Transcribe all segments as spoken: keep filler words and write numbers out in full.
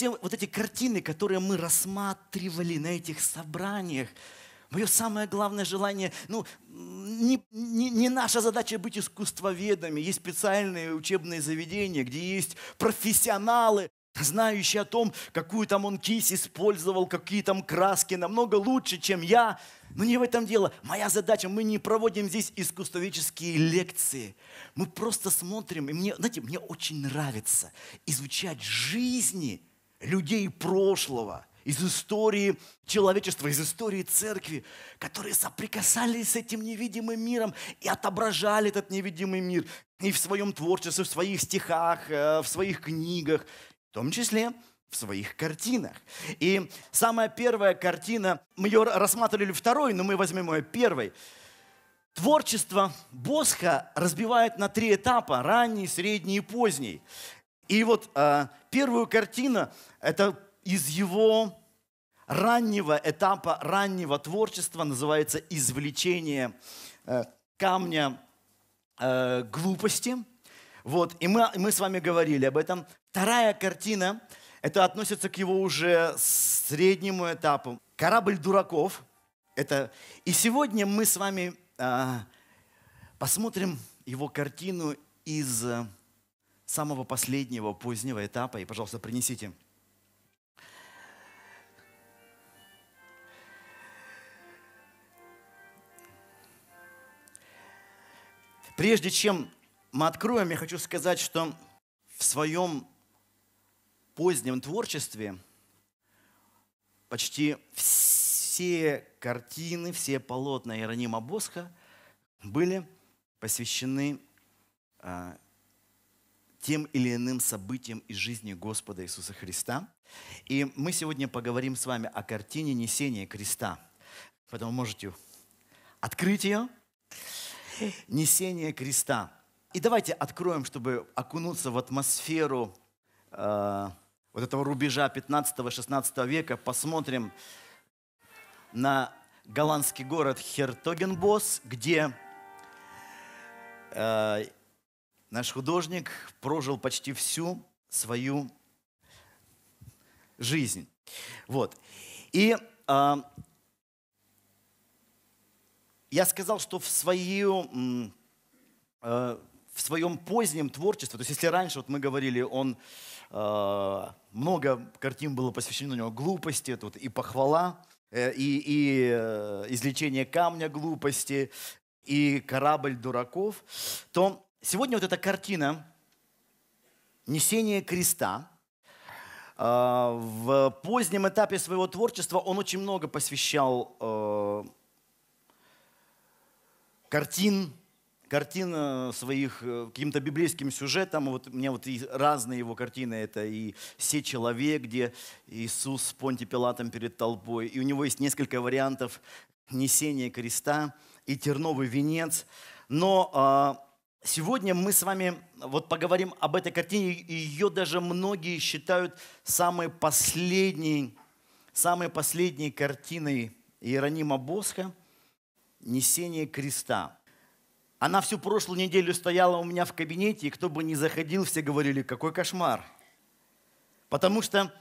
все вот эти картины, которые мы рассматривали на этих собраниях, мое самое главное желание, ну, не, не, не наша задача быть искусствоведами. Есть специальные учебные заведения, где есть профессионалы, знающие о том, какую там он кисть использовал, какие там краски, намного лучше, чем я. Но не в этом дело. Моя задача, мы не проводим здесь искусствоведческие лекции. Мы просто смотрим, и мне, знаете, мне очень нравится изучать жизни людей прошлого, из истории человечества, из истории церкви, которые соприкасались с этим невидимым миром и отображали этот невидимый мир и в своем творчестве, в своих стихах, в своих книгах, в том числе в своих картинах. И самая первая картина, мы ее рассматривали второй, но мы возьмем ее первой. Творчество Босха разбивает на три этапа: ранний, средний и поздний. И вот э, первую картину, это из его раннего этапа, раннего творчества, называется «Извлечение э, камня э, глупости». Вот, и мы, мы с вами говорили об этом. Вторая картина, это относится к его уже среднему этапу. «Корабль дураков». Это... И сегодня мы с вами э, посмотрим его картину из э, самого последнего, позднего этапа. И, пожалуйста, принесите. Прежде чем мы откроем, я хочу сказать, что в своем позднем творчестве почти все картины, все полотна Иеронима Босха были посвящены а, тем или иным событиям из жизни Господа Иисуса Христа. И мы сегодня поговорим с вами о картине «Несение креста». Поэтому можете открыть ее. «Несение креста». И давайте откроем, чтобы окунуться в атмосферу э, вот этого рубежа пятнадцатого-шестнадцатого века. Посмотрим на голландский город Хертогенбос, где э, наш художник прожил почти всю свою жизнь. Вот. И э, я сказал, что в, свою, э, в своем позднем творчестве, то есть если раньше, вот мы говорили, он, э, много картин было посвящено у него глупости, это вот и похвала, э, и, и э, излечение камня глупости, и корабль дураков, то сегодня вот эта картина «Несение креста», э, в позднем этапе своего творчества он очень много посвящал э, картин, картин своих каким-то библейским сюжетам. Вот у меня вот и разные его картины. Это и «Се человек», где Иисус с Понтием Пилатом перед толпой. И у него есть несколько вариантов несения креста и терновый венец. Но а, сегодня мы с вами вот поговорим об этой картине. И ее даже многие считают самой последней, самой последней картиной Иеронима Босха. «Несение креста». Она всю прошлую неделю стояла у меня в кабинете, и кто бы ни заходил, все говорили: какой кошмар. Потому что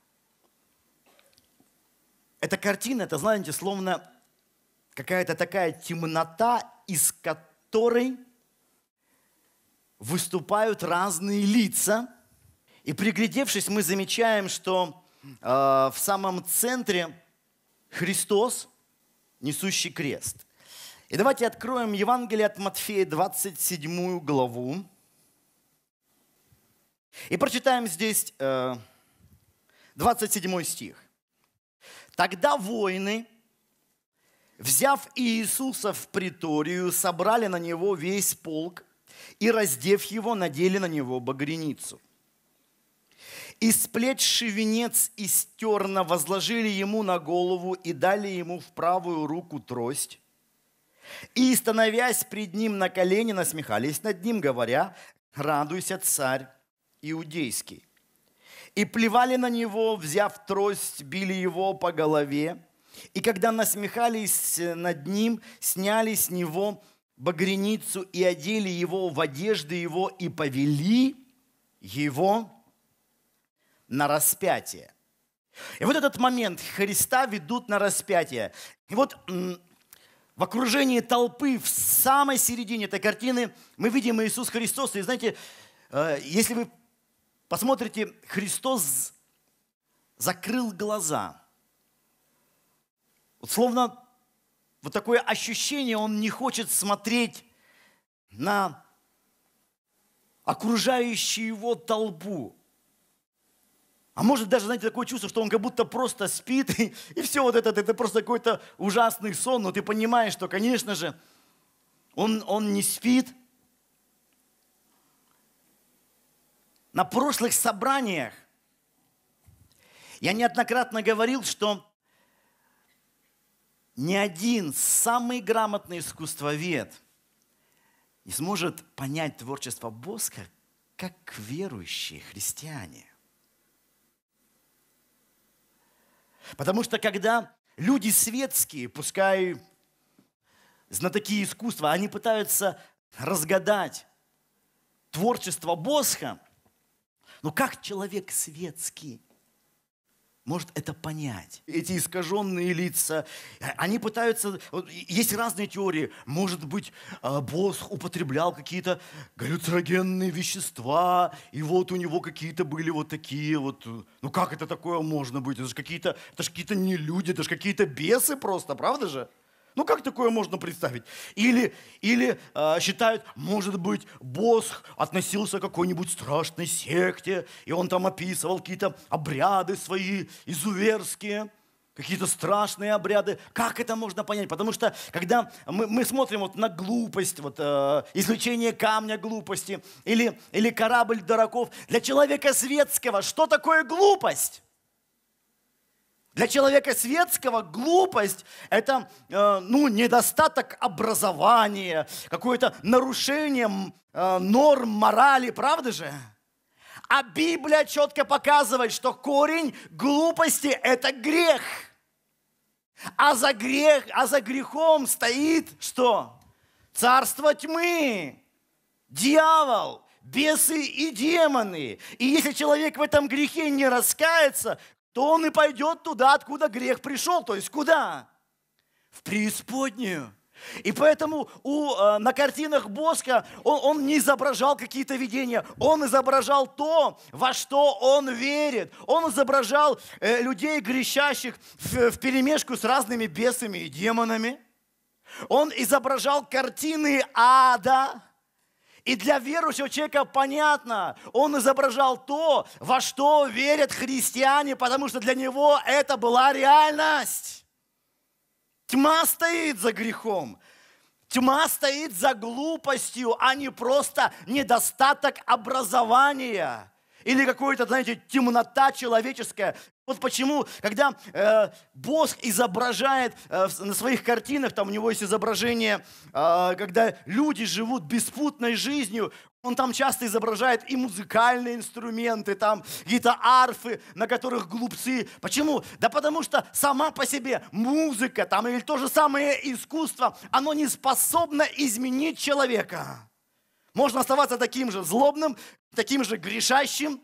эта картина, это, знаете, словно какая-то такая темнота, из которой выступают разные лица. И приглядевшись, мы замечаем, что э, в самом центре Христос, несущий крест. И давайте откроем Евангелие от Матфея, двадцать седьмую главу. И прочитаем здесь э, двадцать седьмой стих. «Тогда воины, взяв Иисуса в приторию, собрали на него весь полк и, раздев его, надели на него багряницу. И, сплетши венец из терна, возложили ему на голову и дали ему в правую руку трость. И, становясь пред ним на колени, насмехались над ним, говоря: радуйся, царь иудейский. И плевали на него, взяв трость, били его по голове. И когда насмехались над ним, сняли с него багряницу и одели его в одежды его и повели его на распятие. И вот этот момент Христа ведут на распятие. И вот в окружении толпы, в самой середине этой картины мы видим Иисус Христос. И знаете, если вы посмотрите, Христос закрыл глаза. Вот словно вот такое ощущение, он не хочет смотреть на окружающую его толпу. А может даже, знаете, такое чувство, что он как будто просто спит, и, и все вот это, это просто какой-то ужасный сон. Но ты понимаешь, что, конечно же, он, он не спит. На прошлых собраниях я неоднократно говорил, что ни один самый грамотный искусствовед не сможет понять творчество Босха, как верующие христиане. Потому что когда люди светские, пускай знатоки искусства, они пытаются разгадать творчество Босха, но как человек светский может это понять? Эти искаженные лица, они пытаются... Есть разные теории. Может быть, Босх употреблял какие-то галлюциногенные вещества, и вот у него какие-то были вот такие вот... Ну как это такое можно быть? Это же какие-то, это же какие-то не люди, это же какие-то бесы просто, правда же? Ну как такое можно представить? Или, или э, считают, может быть, Босх относился к какой-нибудь страшной секте, и он там описывал какие-то обряды свои изуверские, какие-то страшные обряды. Как это можно понять? Потому что когда мы, мы смотрим вот на глупость, вот, э, извлечение камня глупости, или, или корабль дураков, для человека светского что такое глупость? Для человека светского глупость – это э, ну, недостаток образования, какое-то нарушение э, норм морали, правда же? А Библия четко показывает, что корень глупости – это грех. А за, грех, а за грехом стоит что? Царство тьмы, дьявол, бесы и демоны. И если человек в этом грехе не раскается, то он и пойдет туда, откуда грех пришел. То есть куда? В преисподнюю. И поэтому у, э, на картинах Босха он, он не изображал какие-то видения. Он изображал то, во что он верит. Он изображал э, людей грешащих в, в перемешку с разными бесами и демонами. Он изображал картины ада. И для верующего человека понятно, он изображал то, во что верят христиане, потому что для него это была реальность. Тьма стоит за грехом, тьма стоит за глупостью, а не просто недостаток образования или какая-то, знаете, темнота человеческая. Вот почему, когда э, Босх изображает э, на своих картинах, там у него есть изображение, э, когда люди живут беспутной жизнью, он там часто изображает и музыкальные инструменты, там какие-то арфы, на которых глупцы. Почему? Да потому что сама по себе музыка, там или то же самое искусство, оно не способно изменить человека. Можно оставаться таким же злобным, таким же грешащим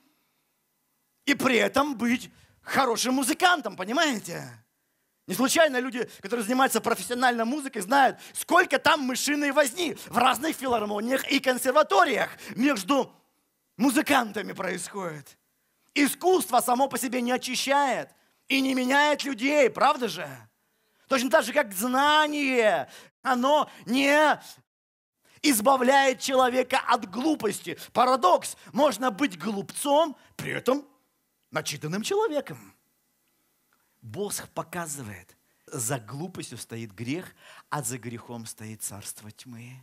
и при этом быть хорошим музыкантом, понимаете? Не случайно люди, которые занимаются профессиональной музыкой, знают, сколько там мышиной возни в разных филармониях и консерваториях между музыкантами происходит. Искусство само по себе не очищает и не меняет людей, правда же? Точно так же, как знание, оно не избавляет человека от глупости. Парадокс. Можно быть глупцом, при этом начитанным человеком. Босх показывает, за глупостью стоит грех, а за грехом стоит царство тьмы.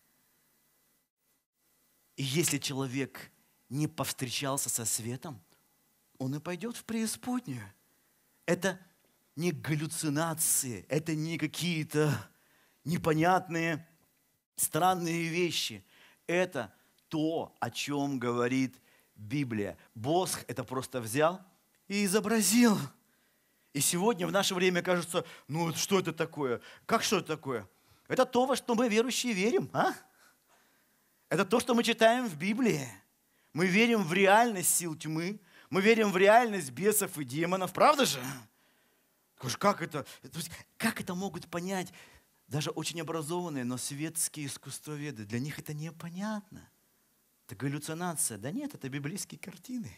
И если человек не повстречался со светом, он и пойдет в преисподнюю. Это не галлюцинации, это не какие-то непонятные, странные вещи. Это то, о чем говорит Библия. Босх это просто взял и изобразил. И сегодня в наше время кажется, ну что это такое? Как что это такое? Это то, во что мы верующие верим. А? Это то, что мы читаем в Библии. Мы верим в реальность сил тьмы. Мы верим в реальность бесов и демонов, правда же? Как это, как это могут понять даже очень образованные, но светские искусствоведы? Для них это непонятно. Это галлюцинация. Да нет, это библейские картины.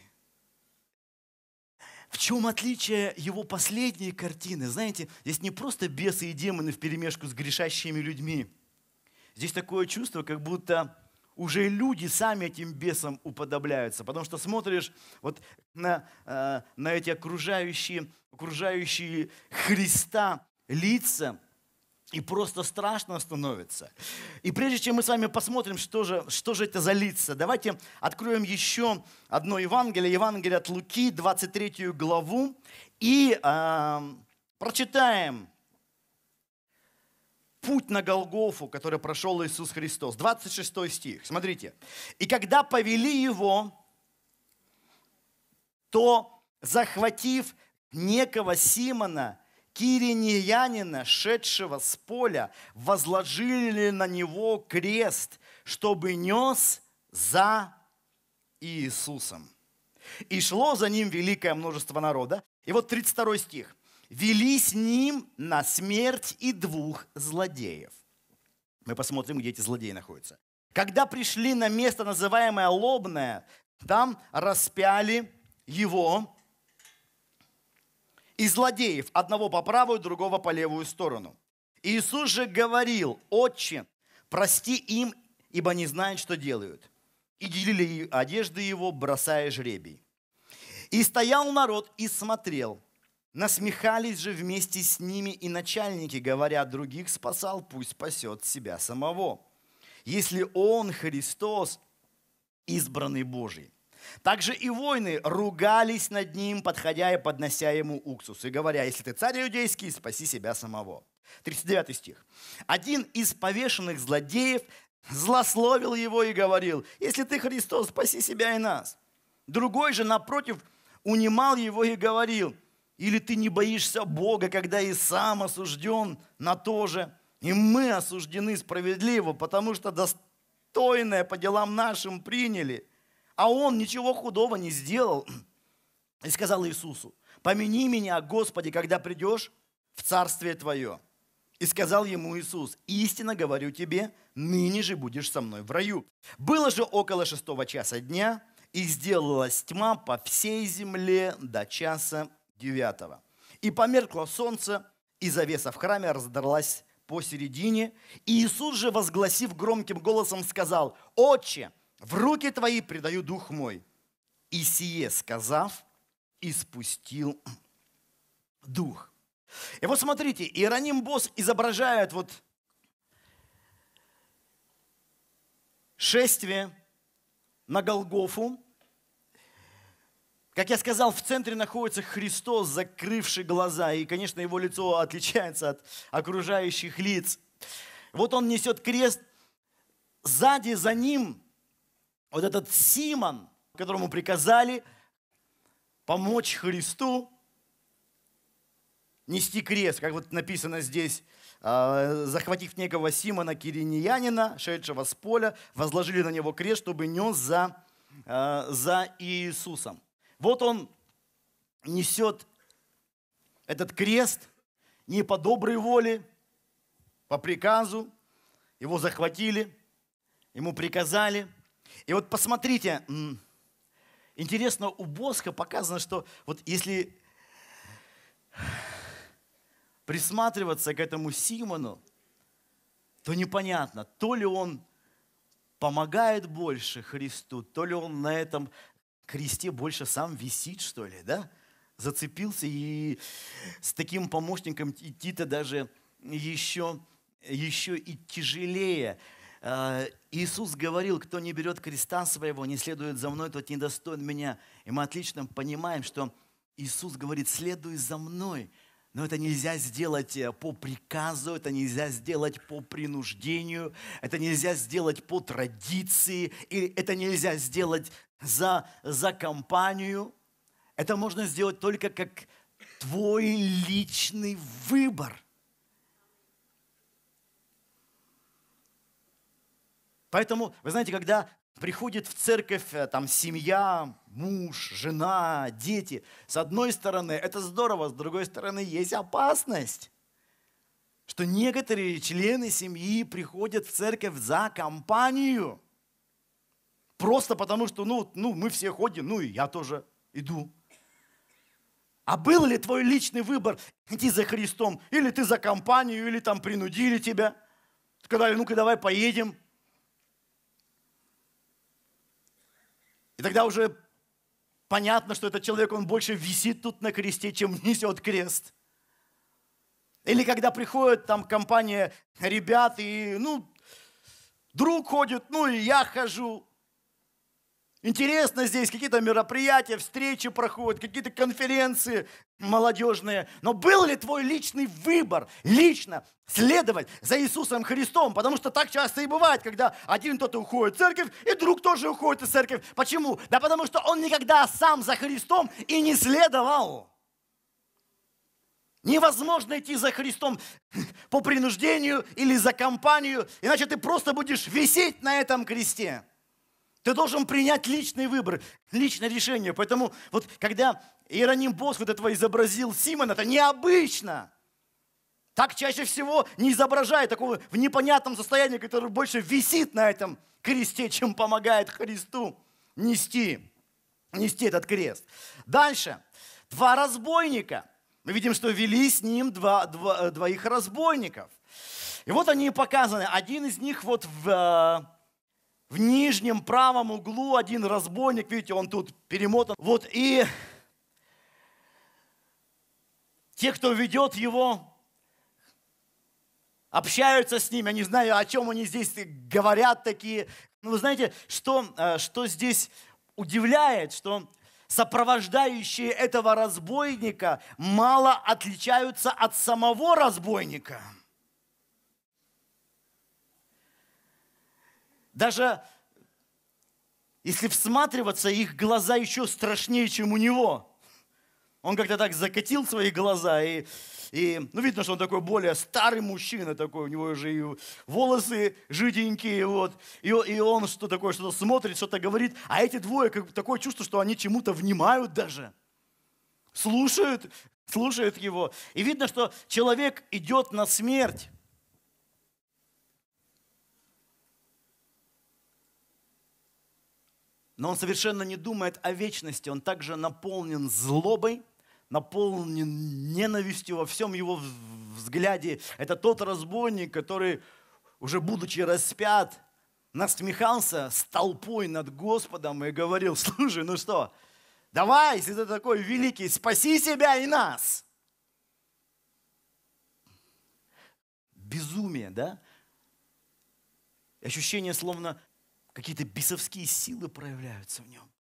В чем отличие его последней картины? Знаете, здесь не просто бесы и демоны вперемешку с грешащими людьми. Здесь такое чувство, как будто уже люди сами этим бесам уподобляются. Потому что смотришь вот на, э, на эти окружающие, окружающие Христа лица, и просто страшно становится. И прежде чем мы с вами посмотрим, что же, что же это за лица, давайте откроем еще одно Евангелие, Евангелие от Луки, двадцать третью главу, и э, прочитаем путь на Голгофу, который прошел Иисус Христос. двадцать шестой стих. Смотрите. «И когда повели его, то, захватив некого Симона, киринеянина, шедшего с поля, возложили на него крест, чтобы нес за Иисусом. И шло за ним великое множество народа». И вот тридцать второй стих. «Вели с ним на смерть и двух злодеев». Мы посмотрим, где эти злодеи находятся. «Когда пришли на место, называемое Лобное, там распяли его и злодеев, одного по правую, другого по левую сторону. Иисус же говорил: Отче, прости им, ибо не знают, что делают. И делили одежды его, бросая жребий. И стоял народ и смотрел. Насмехались же вместе с ними и начальники, говоря: других спасал, пусть спасет себя самого, если он Христос, избранный Божий. Также и воины ругались над ним, подходя и поднося ему уксус, и говоря: если ты царь иудейский, спаси себя самого. тридцать девятый стих. Один из повешенных злодеев злословил его и говорил: если ты Христос, спаси себя и нас. Другой же, напротив, унимал его и говорил: или ты не боишься Бога, когда и сам осужден на то же? И мы осуждены справедливо, потому что достойное по делам нашим приняли. А он ничего худого не сделал. И сказал Иисусу: помяни меня, Господи, когда придешь в царствие Твое. И сказал ему Иисус: истинно говорю тебе, ныне же будешь со мной в раю. Было же около шестого часа дня, и сделалась тьма по всей земле до часа девятого. И померкло солнце, и завеса в храме раздралась посередине. И Иисус же, возгласив громким голосом, сказал: Отче, в руки Твои предаю дух мой. И сие сказав, испустил дух. И вот смотрите, Иероним Босс изображает вот шествие на Голгофу. Как я сказал, в центре находится Христос, закрывший глаза. И, конечно, его лицо отличается от окружающих лиц. Вот он несет крест. Сзади за ним вот этот Симон, которому приказали помочь Христу нести крест. Как вот написано здесь, захватив некого Симона киринеянина, шедшего с поля, возложили на него крест, чтобы нес за, за Иисусом. Вот он несет этот крест не по доброй воле, по приказу. Его захватили, ему приказали. И вот посмотрите, интересно, у Босха показано, что вот если присматриваться к этому Симону, то непонятно, то ли он помогает больше Христу, то ли он на этом кресте больше сам висит, что ли, да? Зацепился, и с таким помощником идти-то даже еще, еще и тяжелее. Иисус говорил: кто не берет креста своего, не следует за мной, тот недостоин меня. И мы отлично понимаем, что Иисус говорит: следуй за мной. Но это нельзя сделать по приказу, это нельзя сделать по принуждению, это нельзя сделать по традиции, или это нельзя сделать за, за компанию. Это можно сделать только как твой личный выбор. Поэтому, вы знаете, когда приходит в церковь там семья, муж, жена, дети. С одной стороны, это здорово, с другой стороны, есть опасность, что некоторые члены семьи приходят в церковь за компанию. Просто потому, что ну, ну, мы все ходим, ну и я тоже иду. А был ли твой личный выбор идти за Христом? Или ты за компанию, или там принудили тебя? Сказали, ну-ка давай поедем. И тогда уже понятно, что этот человек, он больше висит тут на кресте, чем несет крест. Или когда приходит там компания ребят, и ну, друг ходит, ну и я хожу. Интересно здесь, какие-то мероприятия, встречи проходят, какие-то конференции молодежные. Но был ли твой личный выбор лично следовать за Иисусом Христом? Потому что так часто и бывает, когда один кто-то уходит в церковь, и друг тоже уходит из церкви. Почему? Да потому что он никогда сам за Христом и не следовал. Невозможно идти за Христом по принуждению или за компанию, иначе ты просто будешь висеть на этом кресте. Ты должен принять личный выбор, личное решение. Поэтому вот когда Иероним Босх вот этого изобразил Симона, это необычно. Так чаще всего не изображает такого в непонятном состоянии, который больше висит на этом кресте, чем помогает Христу нести, нести этот крест. Дальше. Два разбойника. Мы видим, что вели с ним два, два, двоих разбойников. И вот они показаны. Один из них вот в... В нижнем правом углу один разбойник, видите, он тут перемотан. Вот и те, кто ведет его, общаются с ним. Я не знаю, о чем они здесь говорят такие. Но вы знаете, что, что здесь удивляет, что сопровождающие этого разбойника мало отличаются от самого разбойника. Даже если всматриваться, их глаза еще страшнее, чем у него. Он как-то так закатил свои глаза, и, и ну, видно, что он такой более старый мужчина, такой, у него уже и волосы жиденькие, вот, и, и он что такое, что-то смотрит, что-то говорит, а эти двое, как, такое чувство, что они чему-то внимают даже, слушают, слушают его. И видно, что человек идет на смерть. Но он совершенно не думает о вечности, он также наполнен злобой, наполнен ненавистью во всем его взгляде. Это тот разбойник, который, уже будучи распят, насмехался с толпой над Господом и говорил: слушай, ну что, давай, если ты такой великий, спаси себя и нас. Безумие, да? Ощущение, словно какие-то бесовские силы проявляются в нем.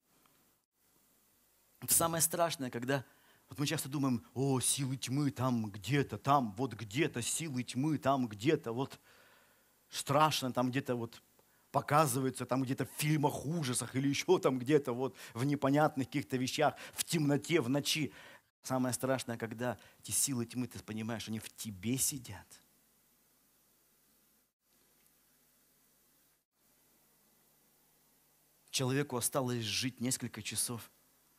Самое страшное, когда вот мы часто думаем: о, силы тьмы там где-то, там вот где-то, силы тьмы там где-то, вот страшно, там где-то вот показывается, там где-то в фильмах ужасах или еще там где-то вот в непонятных каких-то вещах, в темноте, в ночи. Самое страшное, когда эти силы тьмы, ты понимаешь, они в тебе сидят. Человеку осталось жить несколько часов,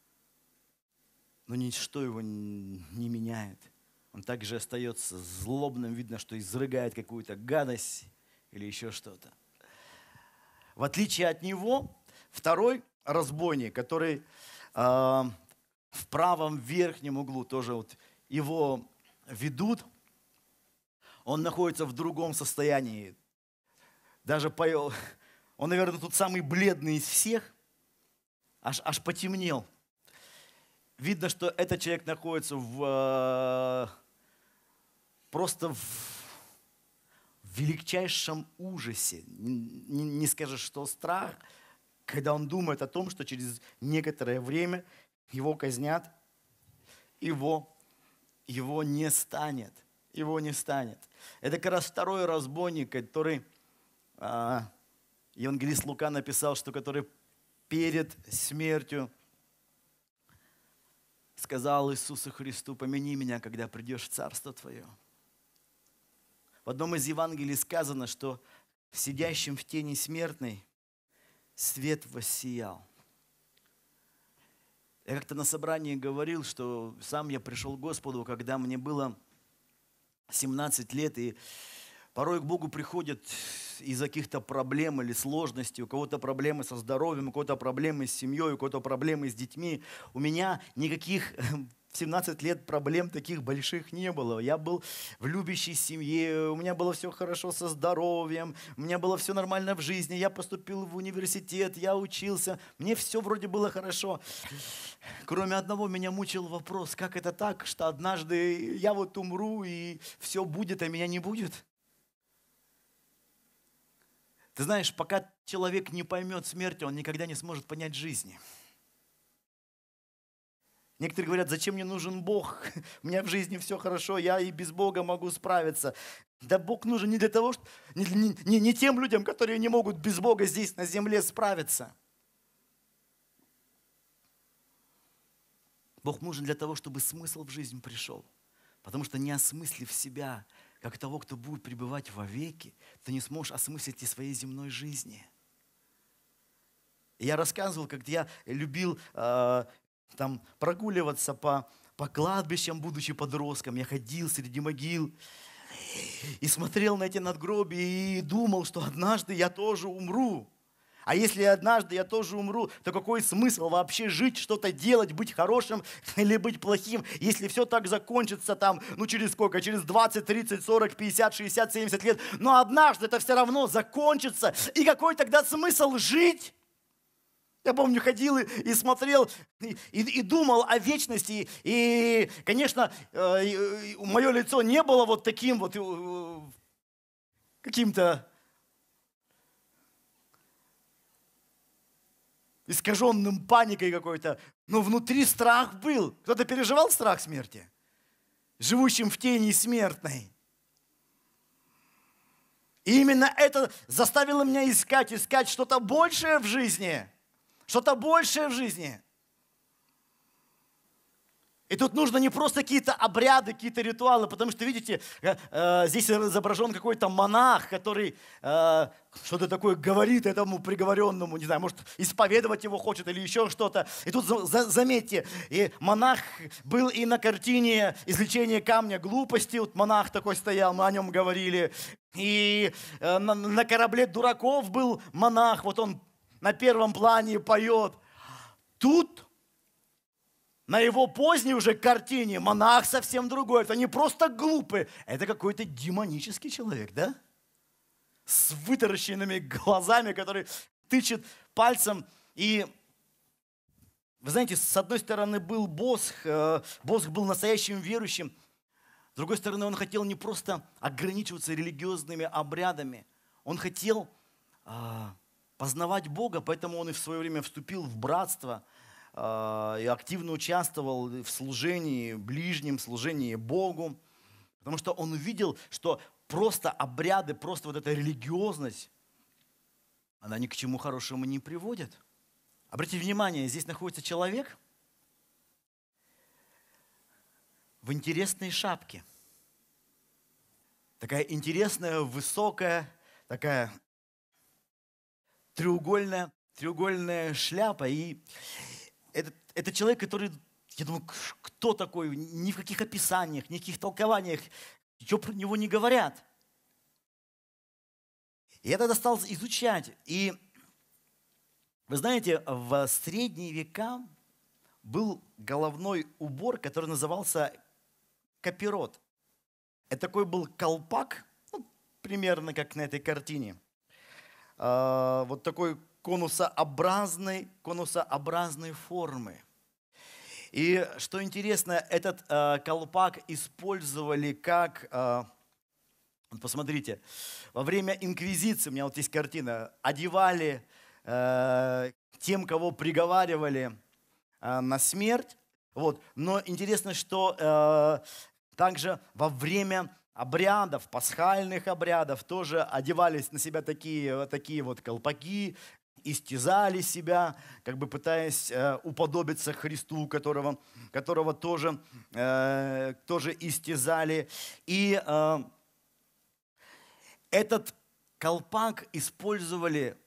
но ничто его не меняет. Он также остается злобным, видно, что изрыгает какую-то гадость или еще что-то. В отличие от него, второй разбойник, который э, в правом верхнем углу тоже вот его ведут, он находится в другом состоянии. Даже по... Он, наверное, тут самый бледный из всех, аж, аж потемнел. Видно, что этот человек находится в, просто в, в величайшем ужасе. Не, не скажешь, что страх, когда он думает о том, что через некоторое время его казнят, его, его не станет. Его не станет. Это как раз второй разбойник, который... Евангелист Лука написал, что который перед смертью сказал Иисусу Христу: помяни меня, когда придешь в Царство Твое. В одном из Евангелий сказано, что сидящим в тени смертной свет воссиял. Я как-то на собрании говорил, что сам я пришел к Господу, когда мне было семнадцать лет, и порой к Богу приходят из-за каких-то проблем или сложностей, у кого-то проблемы со здоровьем, у кого-то проблемы с семьей, у кого-то проблемы с детьми. У меня никаких в семнадцать лет проблем таких больших не было. Я был в любящей семье, у меня было все хорошо со здоровьем, у меня было все нормально в жизни, я поступил в университет, я учился, мне все вроде было хорошо. Кроме одного меня мучил вопрос, как это так, что однажды я вот умру и все будет, а меня не будет? Ты знаешь, пока человек не поймет смерти, он никогда не сможет понять жизни. Некоторые говорят, зачем мне нужен Бог? У меня в жизни все хорошо, я и без Бога могу справиться. Да Бог нужен не для того, что, не, не, не тем людям, которые не могут без Бога здесь на земле справиться. Бог нужен для того, чтобы смысл в жизнь пришел. Потому что не осмыслив себя, как того, кто будет пребывать вовеки, ты не сможешь осмыслить и своей земной жизни. И я рассказывал, как я любил э, там, прогуливаться по, по кладбищам, будучи подростком. Я ходил среди могил и смотрел на эти надгробия и думал, что однажды я тоже умру. А если однажды я тоже умру, то какой смысл вообще жить, что-то делать, быть хорошим или быть плохим, если все так закончится там, ну через сколько, через двадцать, тридцать, сорок, пятьдесят, шестьдесят, семьдесят лет, но однажды это все равно закончится, и какой тогда смысл жить? Я помню, ходил и, и смотрел, и, и, и думал о вечности, и, конечно, э, мое лицо не было вот таким вот э, каким-то искаженным паникой какой-то, но внутри страх был. Кто-то переживал страх смерти? Живущим в тени смертной. И именно это заставило меня искать, искать что-то большее в жизни. Что-то большее в жизни. И тут нужно не просто какие-то обряды, какие-то ритуалы, потому что, видите, э, здесь изображен какой-то монах, который э, что-то такое говорит этому приговоренному, не знаю, может, исповедовать его хочет или еще что-то. И тут, за, заметьте, и монах был и на картине «Извлечение камня глупости», вот монах такой стоял, мы о нем говорили. И э, на, на корабле дураков был монах, вот он на первом плане поет. Тут на его поздней уже картине монах совсем другой. Это не просто глупый, это какой-то демонический человек, да? С вытаращенными глазами, который тычет пальцем. И, вы знаете, с одной стороны был Босх, э, Босх был настоящим верующим. С другой стороны, он хотел не просто ограничиваться религиозными обрядами. Он хотел э, познавать Бога, поэтому он и в свое время вступил в братство, и активно участвовал в служении ближним, служении Богу, потому что он увидел, что просто обряды, просто вот эта религиозность, она ни к чему хорошему не приводит. Обратите внимание, здесь находится человек в интересной шапке. Такая интересная, высокая, такая треугольная, треугольная шляпа. И Это, это человек, который, я думаю, кто такой? Ни в каких описаниях, ни в каких толкованиях, ничего про него не говорят. И я тогда стал изучать. И вы знаете, в средние века был головной убор, который назывался капирот. Это такой был колпак, ну, примерно как на этой картине. А, вот такой конусообразной, конусообразной формы. И что интересно, этот э, колпак использовали как, э, посмотрите, во время инквизиции, у меня вот есть картина, одевали э, тем, кого приговаривали э, на смерть. Вот. Но интересно, что э, также во время обрядов, пасхальных обрядов тоже одевались на себя такие, такие вот колпаки, истязали себя, как бы пытаясь э, уподобиться Христу, которого, которого тоже, э, тоже истязали. И э, этот колпак использовали в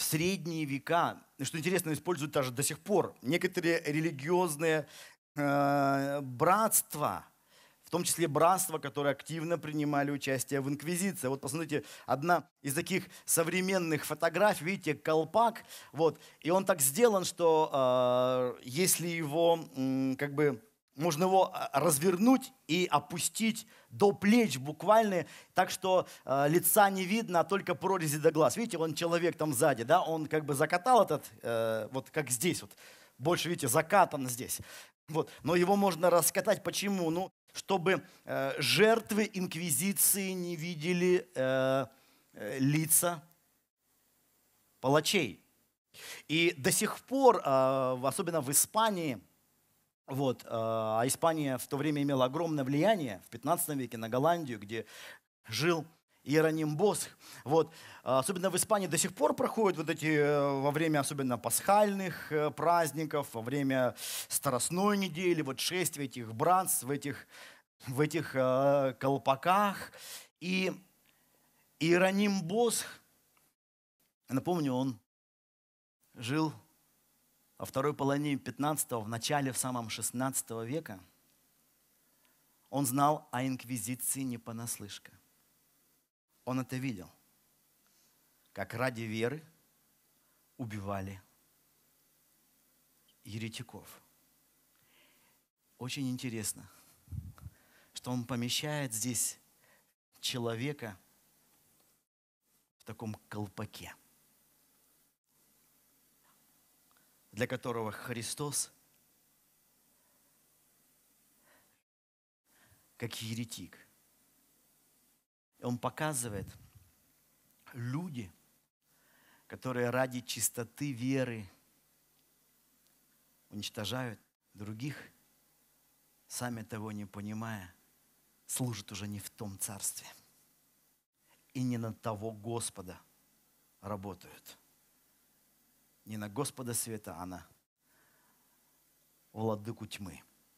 в средние века, что интересно, используют даже до сих пор некоторые религиозные э, братства, в том числе братства, которые активно принимали участие в инквизиции. Вот посмотрите, одна из таких современных фотографий, видите, колпак, вот, и он так сделан, что э, если его, м, как бы, можно его развернуть и опустить до плеч буквально, так что э, лица не видно, а только прорези до глаз. Видите, он человек там сзади, да, он как бы закатал этот, э, вот как здесь вот, больше, видите, закатан здесь. Вот. Но его можно раскатать. Почему? Ну, чтобы э, жертвы инквизиции не видели э, э, лица палачей. И до сих пор, э, особенно в Испании, вот, э, а Испания в то время имела огромное влияние в пятнадцатом веке на Голландию, где жил Иероним Босх. Вот. Особенно в Испании до сих пор проходят вот эти, во время особенно пасхальных праздников, во время Страстной недели, вот шествия этих братств в этих, в этих э, колпаках. И Иероним Босх, напомню, он жил во второй половине пятнадцатого, в начале, в самом шестнадцатого века. Он знал о инквизиции не понаслышке. Он это видел, как ради веры убивали еретиков. Очень интересно, что он помещает здесь человека в таком колпаке, для которого Христос, как еретик, он показывает, люди, которые ради чистоты веры уничтожают других, сами того не понимая, служат уже не в том царстве и не на того Господа работают. Не на Господа света, а на владыку тьмы.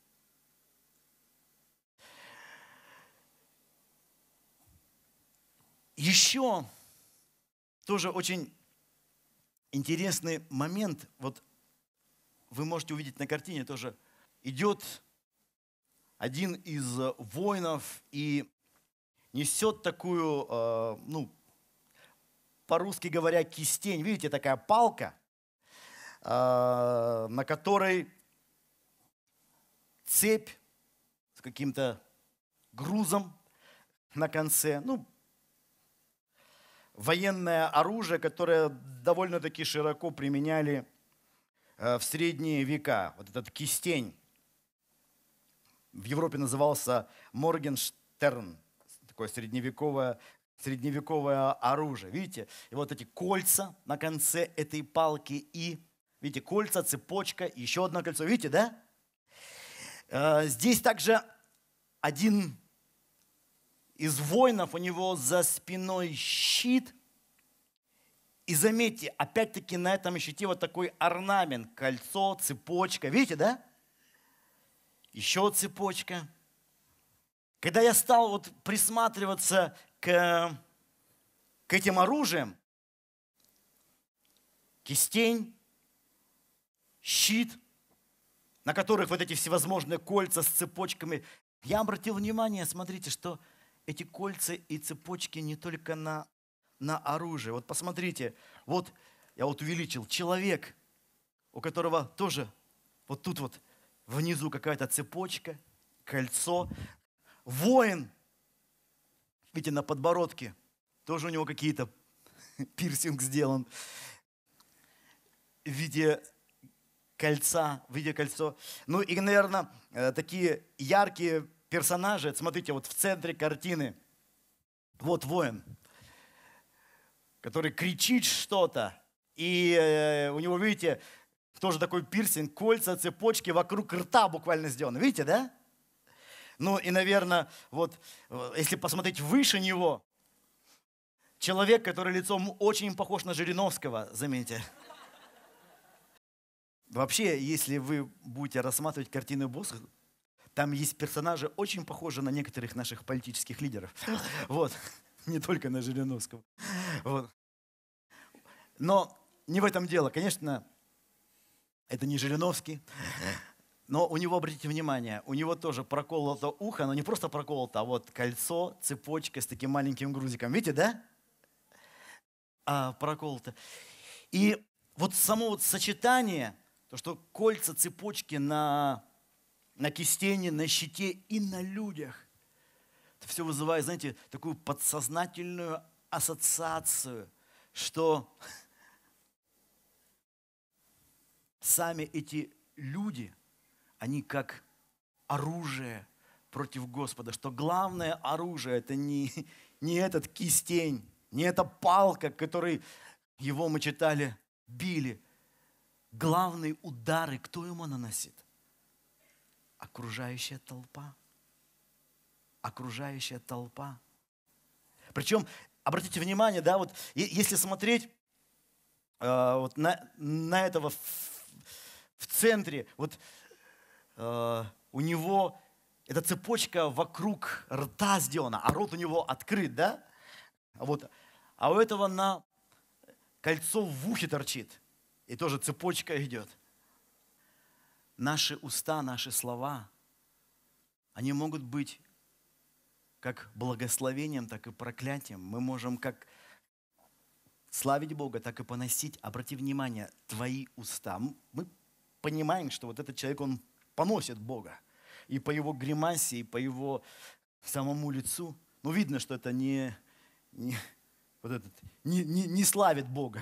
Еще тоже очень интересный момент. Вот вы можете увидеть на картине тоже. Идет один из воинов и несет такую, э, ну, по-русски говоря, кистень. Видите, такая палка, э, на которой цепь с каким-то грузом на конце. Ну, военное оружие, которое довольно-таки широко применяли в средние века. Вот этот кистень в Европе назывался Моргенштерн, такое средневековое, средневековое оружие. Видите? И вот эти кольца на конце этой палки и, видите, кольца, цепочка, еще одно кольцо. Видите, да? Здесь также один из воинов, у него за спиной щит. И заметьте, опять-таки на этом щите вот такой орнамент, кольцо, цепочка. Видите, да? Еще цепочка. Когда я стал вот присматриваться к, к этим оружиям, кистень, щит, на которых вот эти всевозможные кольца с цепочками, я обратил внимание, смотрите, что эти кольца и цепочки не только на, на оружие. Вот посмотрите, вот я вот увеличил человек, у которого тоже вот тут вот внизу какая-то цепочка, кольцо. Воин, видите, на подбородке, тоже у него какие-то пирсинг сделан в виде кольца, в виде кольцо. Ну и, наверное, такие яркие персонажи. Смотрите, вот в центре картины вот воин, который кричит что-то. И э, у него, видите, тоже такой пирсинг, кольца, цепочки вокруг рта буквально сделаны. Видите, да? Ну и, наверное, вот если посмотреть выше него, человек, который лицом очень похож на Жириновского, заметьте. Вообще, если вы будете рассматривать картины Босха, там есть персонажи, очень похожие на некоторых наших политических лидеров. Вот. Не только на Жириновского. Вот. Но не в этом дело. Конечно, это не Жириновский. Но у него, обратите внимание, у него тоже проколото ухо, но не просто проколото, а вот кольцо, цепочка с таким маленьким грузиком. Видите, да? А, проколото. И вот само вот сочетание, то, что кольца, цепочки на, на кистени, на щите и на людях, это все вызывает, знаете, такую подсознательную ассоциацию, что сами эти люди, они как оружие против Господа, что главное оружие – это не, не этот кистень, не эта палка, которой его, мы читали, били. Главные удары кто ему наносит? Окружающая толпа. Окружающая толпа. Причем, обратите внимание, да, вот если смотреть э, вот на, на этого в, в центре, вот Uh, у него эта цепочка вокруг рта сделана, а рот у него открыт, да? Вот. А у этого на кольцо в ухе торчит, и тоже цепочка идет. Наши уста, наши слова, они могут быть как благословением, так и проклятием. Мы можем как славить Бога, так и поносить. Обрати внимание, твои уста. Мы понимаем, что вот этот человек, он поносит Бога. И по его гримасе, и по его самому лицу. Ну, видно, что это не, не, вот этот, не, не, не славит Бога.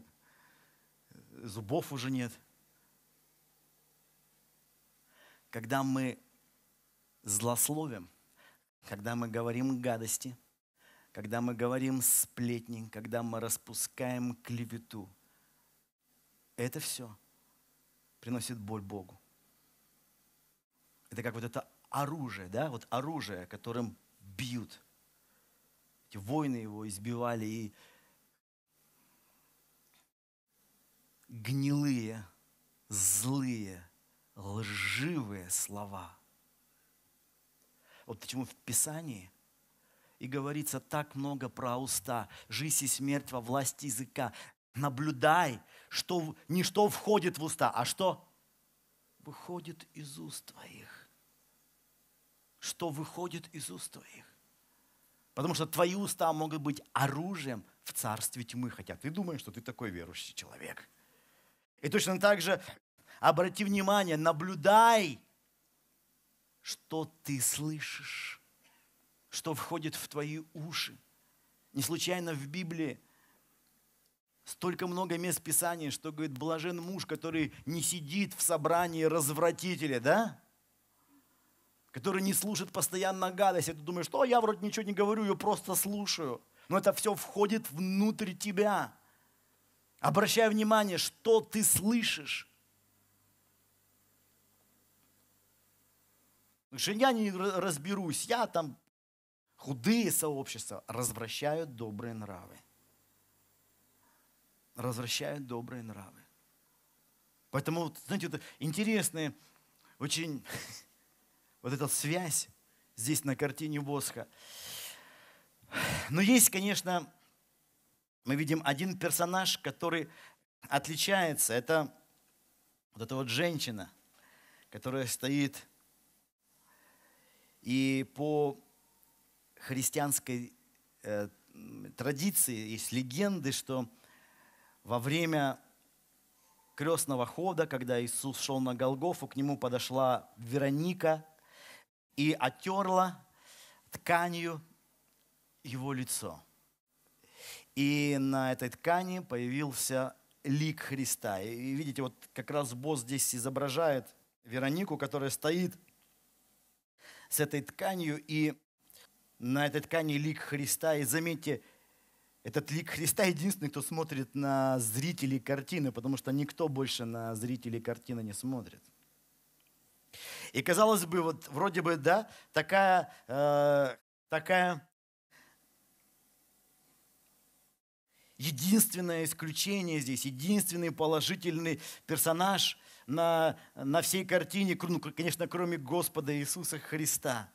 Зубов уже нет. Когда мы злословим, когда мы говорим гадости, когда мы говорим сплетни, когда мы распускаем клевету, это все приносит боль Богу. Это как вот это оружие, да, вот оружие, которым бьют. Эти воины его избивали, и гнилые, злые, лживые слова. Вот почему в Писании и говорится так много про уста. Жизнь и смерть во власти языка. Наблюдай, что не что входит в уста, а что выходит из уст твоих. Что выходит из уст твоих. Потому что твои уста могут быть оружием в царстве тьмы. Хотя ты думаешь, что ты такой верующий человек. И точно так же обрати внимание, наблюдай, что ты слышишь, что входит в твои уши. Не случайно в Библии столько много мест Писания, что говорит, блажен муж, который не сидит в собрании развратителя, да? Который не слушает постоянно гадость. И ты думаешь, что я вроде ничего не говорю, я просто слушаю. Но это все входит внутрь тебя. Обращай внимание, что ты слышишь. Потому что я не разберусь, я там худые сообщества развращают добрые нравы. Развращают добрые нравы. Поэтому, знаете, это интересная очень вот эта связь здесь на картине Босха. Но есть, конечно, мы видим один персонаж, который отличается. Это вот эта вот женщина, которая стоит. И по христианской э, традиции есть легенды, что во время крестного хода, когда Иисус шел на Голгофу, к нему подошла Вероника и оттерла тканью его лицо. И на этой ткани появился лик Христа. И видите, вот как раз босс здесь изображает Веронику, которая стоит с этой тканью, и на этой ткани лик Христа. И заметьте, этот лик Христа единственный, кто смотрит на зрителей картины, потому что никто больше на зрителей картины не смотрит. И казалось бы, вот вроде бы, да, такая, э, такая единственное исключение здесь, единственный положительный персонаж на, на всей картине, ну, конечно, кроме Господа Иисуса Христа.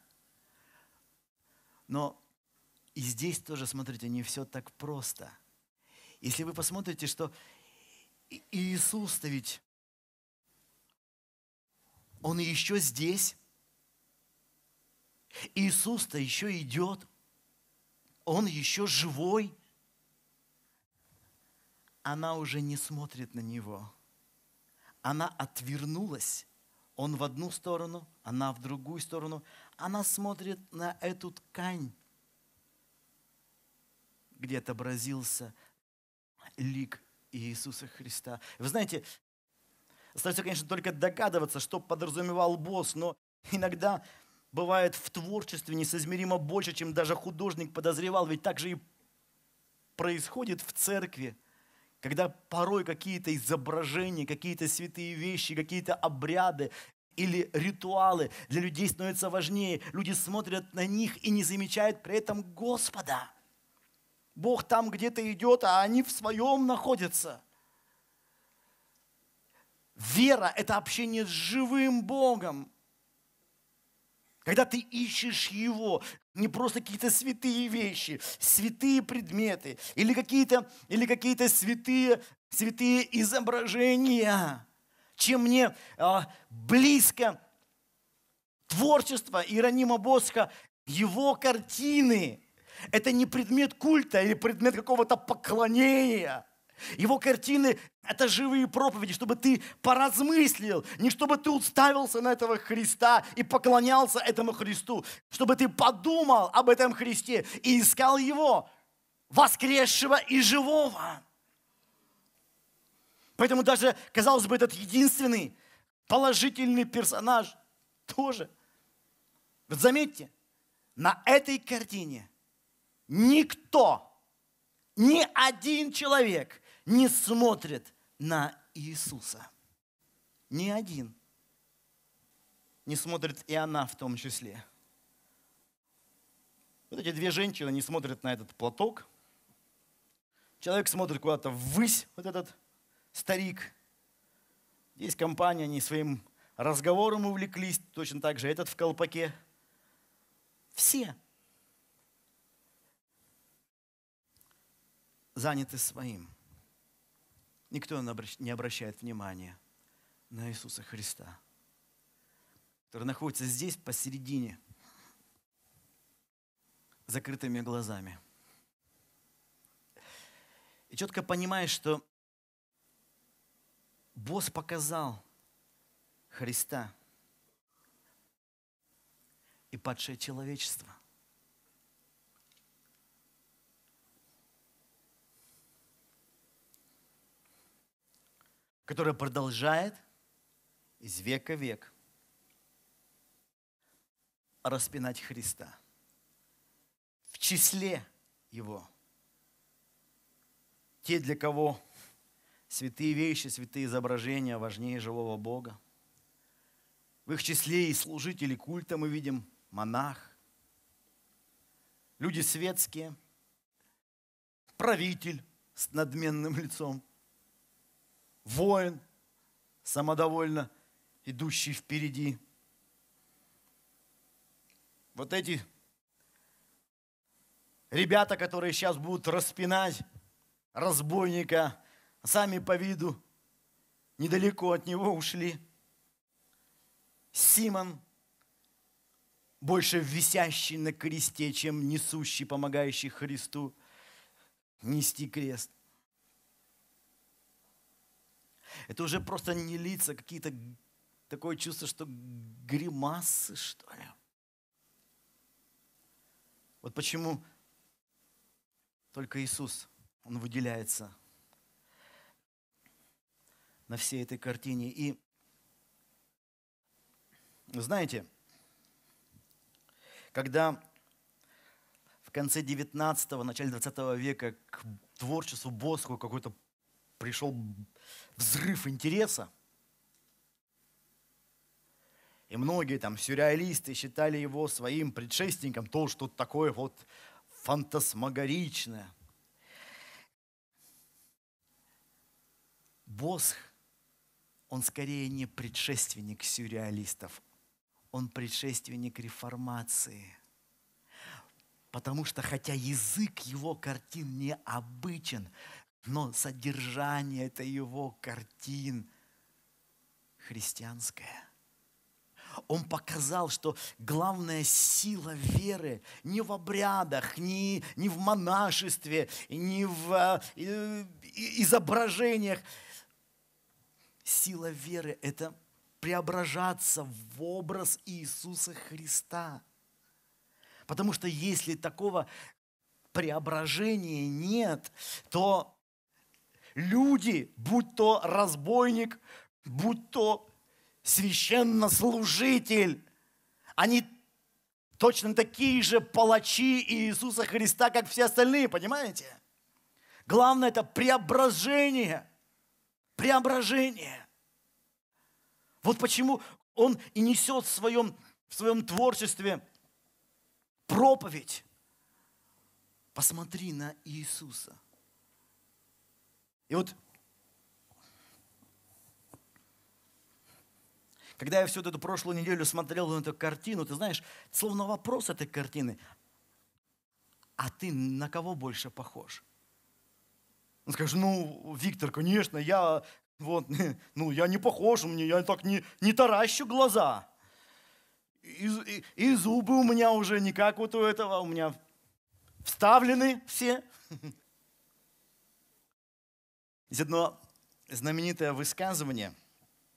Но и здесь тоже, смотрите, не все так просто. Если вы посмотрите, что И Иисус-то ведь, Он еще здесь. Иисус-то еще идет. Он еще живой. Она уже не смотрит на Него. Она отвернулась. Он в одну сторону, она в другую сторону. Она смотрит на эту ткань, где отобразился лик Иисуса Христа. Вы знаете, остается, конечно, только догадываться, что подразумевал босс, но иногда бывает в творчестве несоизмеримо больше, чем даже художник подозревал. Ведь так же и происходит в церкви, когда порой какие-то изображения, какие-то святые вещи, какие-то обряды или ритуалы для людей становятся важнее. Люди смотрят на них и не замечают при этом Господа. Бог там где-то идет, а они в своем находятся. Вера – это общение с живым Богом. Когда ты ищешь Его, не просто какие-то святые вещи, святые предметы или какие-то, или какие-то святые, святые изображения. Чем мне а, близко творчество Иеронима Босха, его картины. Это не предмет культа или предмет какого-то поклонения. Его картины – это живые проповеди, чтобы ты поразмыслил, не чтобы ты уставился на этого Христа и поклонялся этому Христу, чтобы ты подумал об этом Христе и искал Его, воскресшего и живого. Поэтому даже, казалось бы, этот единственный положительный персонаж тоже. Вот заметьте, на этой картине никто, ни один человек не смотрит на Иисуса. Ни один. Не смотрит и она в том числе. Вот эти две женщины не смотрят на этот платок. Человек смотрит куда-то ввысь, вот этот старик. Здесь компания, они своим разговором увлеклись, точно так же этот в колпаке. Все заняты своим. Никто не обращает внимания на Иисуса Христа, который находится здесь, посередине, закрытыми глазами. И четко понимаешь, что босс показал Христа и падшее человечество. Которое продолжает из века в век распинать Христа. В числе Его те, для кого святые вещи, святые изображения важнее живого Бога. В их числе и служители культа мы видим монах, люди светские, правитель с надменным лицом, воин, самодовольно идущий впереди. Вот эти ребята, которые сейчас будут распинать разбойника, сами по виду недалеко от него ушли. Симон, больше висящий на кресте, чем несущий, помогающий Христу нести крест. Это уже просто не лица, какие-то, такое чувство, что гримасы, что ли. Вот почему только Иисус, Он выделяется на всей этой картине. И знаете, когда в конце девятнадцатого, начале двадцатого века к творчеству Босху какой-то пришел взрыв интереса, и многие там сюрреалисты считали его своим предшественником, то что-то такое вот фантасмагоричное. Босх, он скорее не предшественник сюрреалистов, он предшественник реформации. Потому что хотя язык его картин необычен, но содержание это его картин христианское. Он показал, что главная сила веры не в обрядах, не, не в монашестве, не в э, изображениях. Сила веры – это преображаться в образ Иисуса Христа. Потому что если такого преображения нет, то люди, будь то разбойник, будь то священнослужитель, они точно такие же палачи Иисуса Христа, как все остальные, понимаете? Главное – это преображение. Преображение. Вот почему он и несет в своем, в своем творчестве проповедь. Посмотри на Иисуса. И вот когда я всю эту прошлую неделю смотрел на эту картину, ты знаешь, словно вопрос этой картины, а ты на кого больше похож? Он скажет, ну, Виктор, конечно, я, вот, ну, я не похож, мне, я так не, не таращу глаза. И, и, и зубы у меня уже не как вот у этого, у меня вставлены все. Есть одно знаменитое высказывание –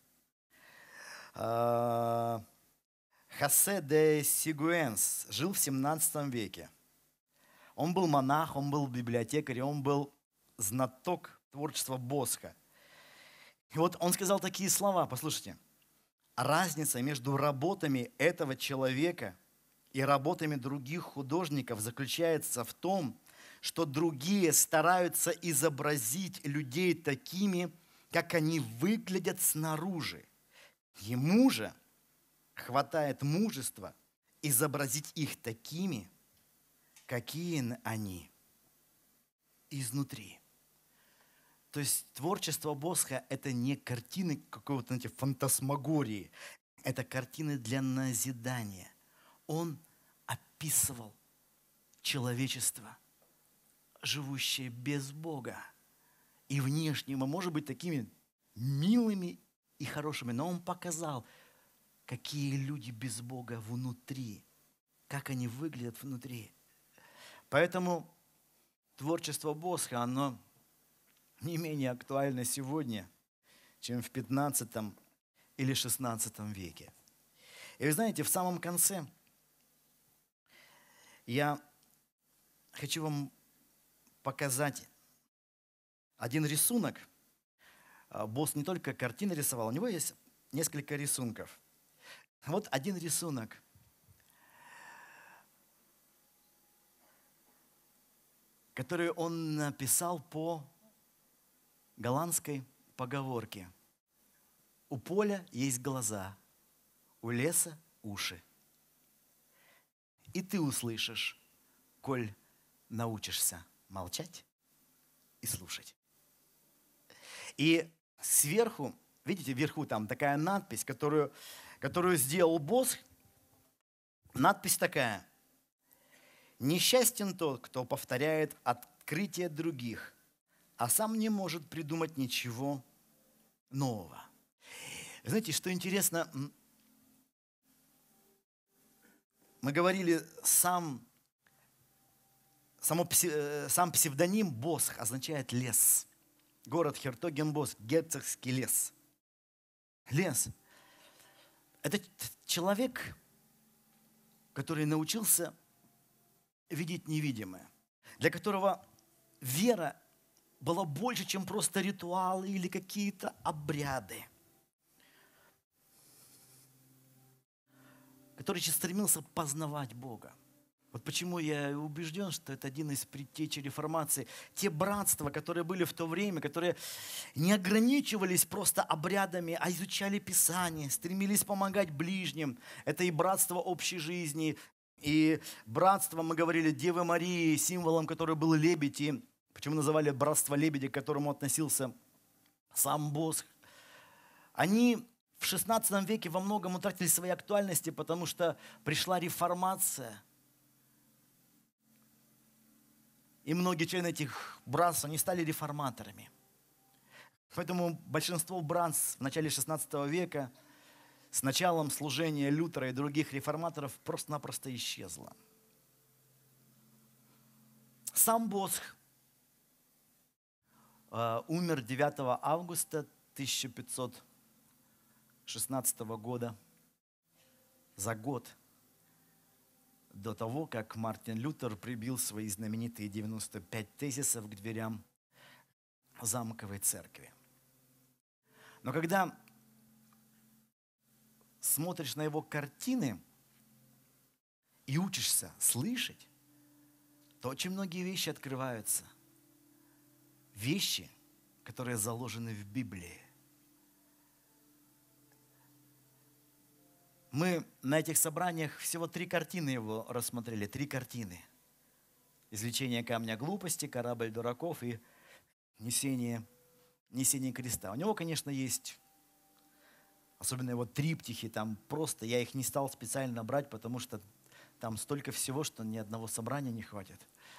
Хосе де Сигуэнс жил в семнадцатом веке. Он был монах, он был библиотекарь, он был знаток творчества Босха. И вот он сказал такие слова, послушайте. Разница между работами этого человека и работами других художников заключается в том, что другие стараются изобразить людей такими, как они выглядят снаружи. Ему же хватает мужества изобразить их такими, какие они изнутри. То есть творчество Босха – это не картины какого-то, знаете, фантасмагории. Это картины для назидания. Он описывал человечество, живущее без Бога. И внешне мы можем быть такими милыми и хорошими, но он показал, какие люди без Бога внутри, как они выглядят внутри. Поэтому творчество Босха, оно не менее актуально сегодня, чем в пятнадцатом или шестнадцатом веке. И вы знаете, в самом конце я хочу вам показать один рисунок. Босх не только картины рисовал, у него есть несколько рисунков. Вот один рисунок. Который он написал по голландской поговорке. У поля есть глаза, у леса уши. И ты услышишь, коль научишься молчать и слушать. И сверху, видите, вверху там такая надпись, которую, которую сделал Босх. Надпись такая. Несчастен тот, кто повторяет открытия других, а сам не может придумать ничего нового. Знаете, что интересно, мы говорили, сам, само, сам псевдоним Босх означает лес. Город Хертогенбоск, герцогский лес. Лес. Это человек, который научился видеть невидимое, для которого вера была больше, чем просто ритуалы или какие-то обряды, который стремился познавать Бога. Вот почему я убежден, что это один из предтечей реформации. Те братства, которые были в то время, которые не ограничивались просто обрядами, а изучали Писание, стремились помогать ближним. Это и братство общей жизни, и братство, мы говорили, Девы Марии, символом которой был лебедь, и почему называли братство лебедя, к которому относился сам Босх. Они в шестнадцатом веке во многом утратили свои актуальности, потому что пришла реформация. И многие члены этих братств, они стали реформаторами. Поэтому большинство братств в начале шестнадцатого века с началом служения Лютера и других реформаторов просто-напросто исчезло. Сам Босх э, умер девятого августа тысяча пятьсот шестнадцатого года, за год до того, как Мартин Лютер прибил свои знаменитые девяносто пять тезисов к дверям замковой церкви. Но когда смотришь на его картины и учишься слышать, то очень многие вещи открываются. Вещи, которые заложены в Библии. Мы на этих собраниях всего три картины его рассмотрели. Три картины. Извлечение камня глупости, корабль дураков и несение, несение креста. У него, конечно, есть, особенно его триптихи, там просто, я их не стал специально брать, потому что там столько всего, что ни одного собрания не хватит.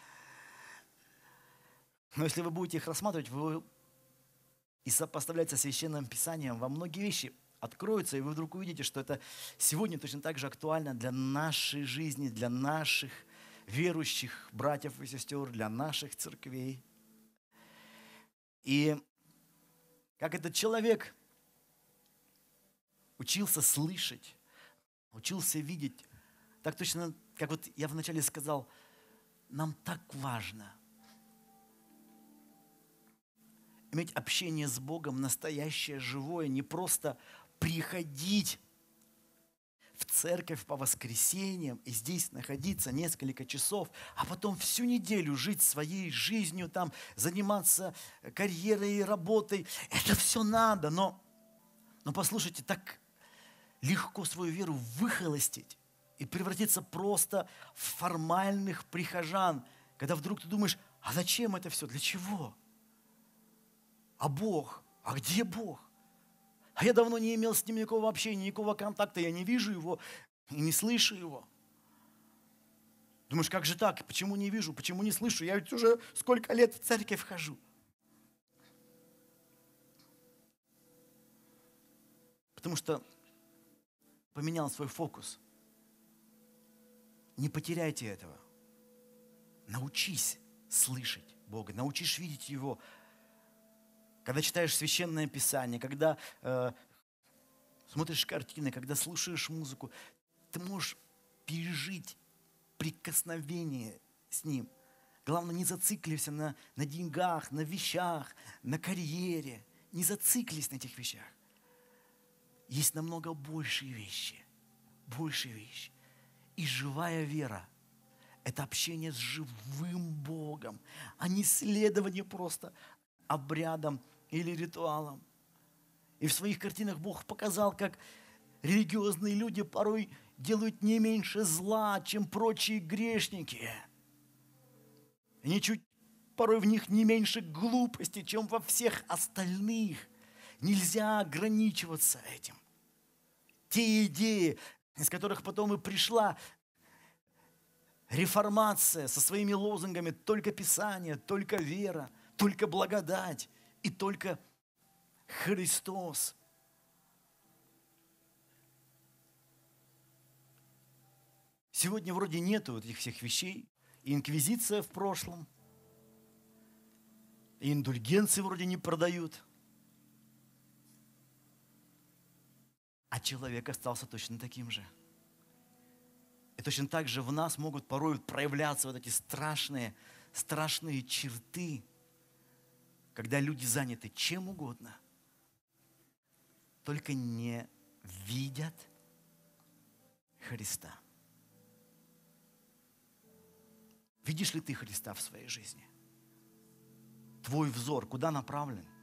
Но если вы будете их рассматривать вы и сопоставлять со Священным Писанием, вам многие вещи откроются, и вы вдруг увидите, что это сегодня точно так же актуально для нашей жизни, для наших верующих братьев и сестер, для наших церквей. И как этот человек учился слышать, учился видеть, так точно, как вот я вначале сказал, нам так важно иметь общение с Богом настоящее, живое, не просто приходить в церковь по воскресеньям и здесь находиться несколько часов, а потом всю неделю жить своей жизнью, там, заниматься карьерой и работой. Это все надо, но, но послушайте, так легко свою веру выхолостить и превратиться просто в формальных прихожан, когда вдруг ты думаешь, а зачем это все, для чего? А Бог? А где Бог? А я давно не имел с Ним никакого общения, никакого контакта, я не вижу Его и не слышу Его. Думаешь, как же так? Почему не вижу? Почему не слышу? Я ведь уже сколько лет в церковь хожу. Потому что поменял свой фокус. Не потеряйте этого. Научись слышать Бога, научись видеть Его. Когда читаешь Священное Писание, когда э, смотришь картины, когда слушаешь музыку, ты можешь пережить прикосновение с Ним. Главное, не зацикливайся на, на деньгах, на вещах, на карьере. Не зациклись на этих вещах. Есть намного большие вещи. Большие вещи. И живая вера – это общение с живым Богом, а не следование просто обрядам или ритуалам. И в своих картинах Бог показал, как религиозные люди порой делают не меньше зла, чем прочие грешники. И ничуть порой в них не меньше глупости, чем во всех остальных. Нельзя ограничиваться этим. Те идеи, из которых потом и пришла реформация со своими лозунгами «только Писание», «только вера», «только благодать» и «только Христос». Сегодня вроде нету этих всех вещей. И инквизиция в прошлом, и индульгенции вроде не продают. А человек остался точно таким же. И точно так же в нас могут порой проявляться вот эти страшные, страшные черты, когда люди заняты чем угодно, только не видят Христа. Видишь ли ты Христа в своей жизни? Твой взор куда направлен?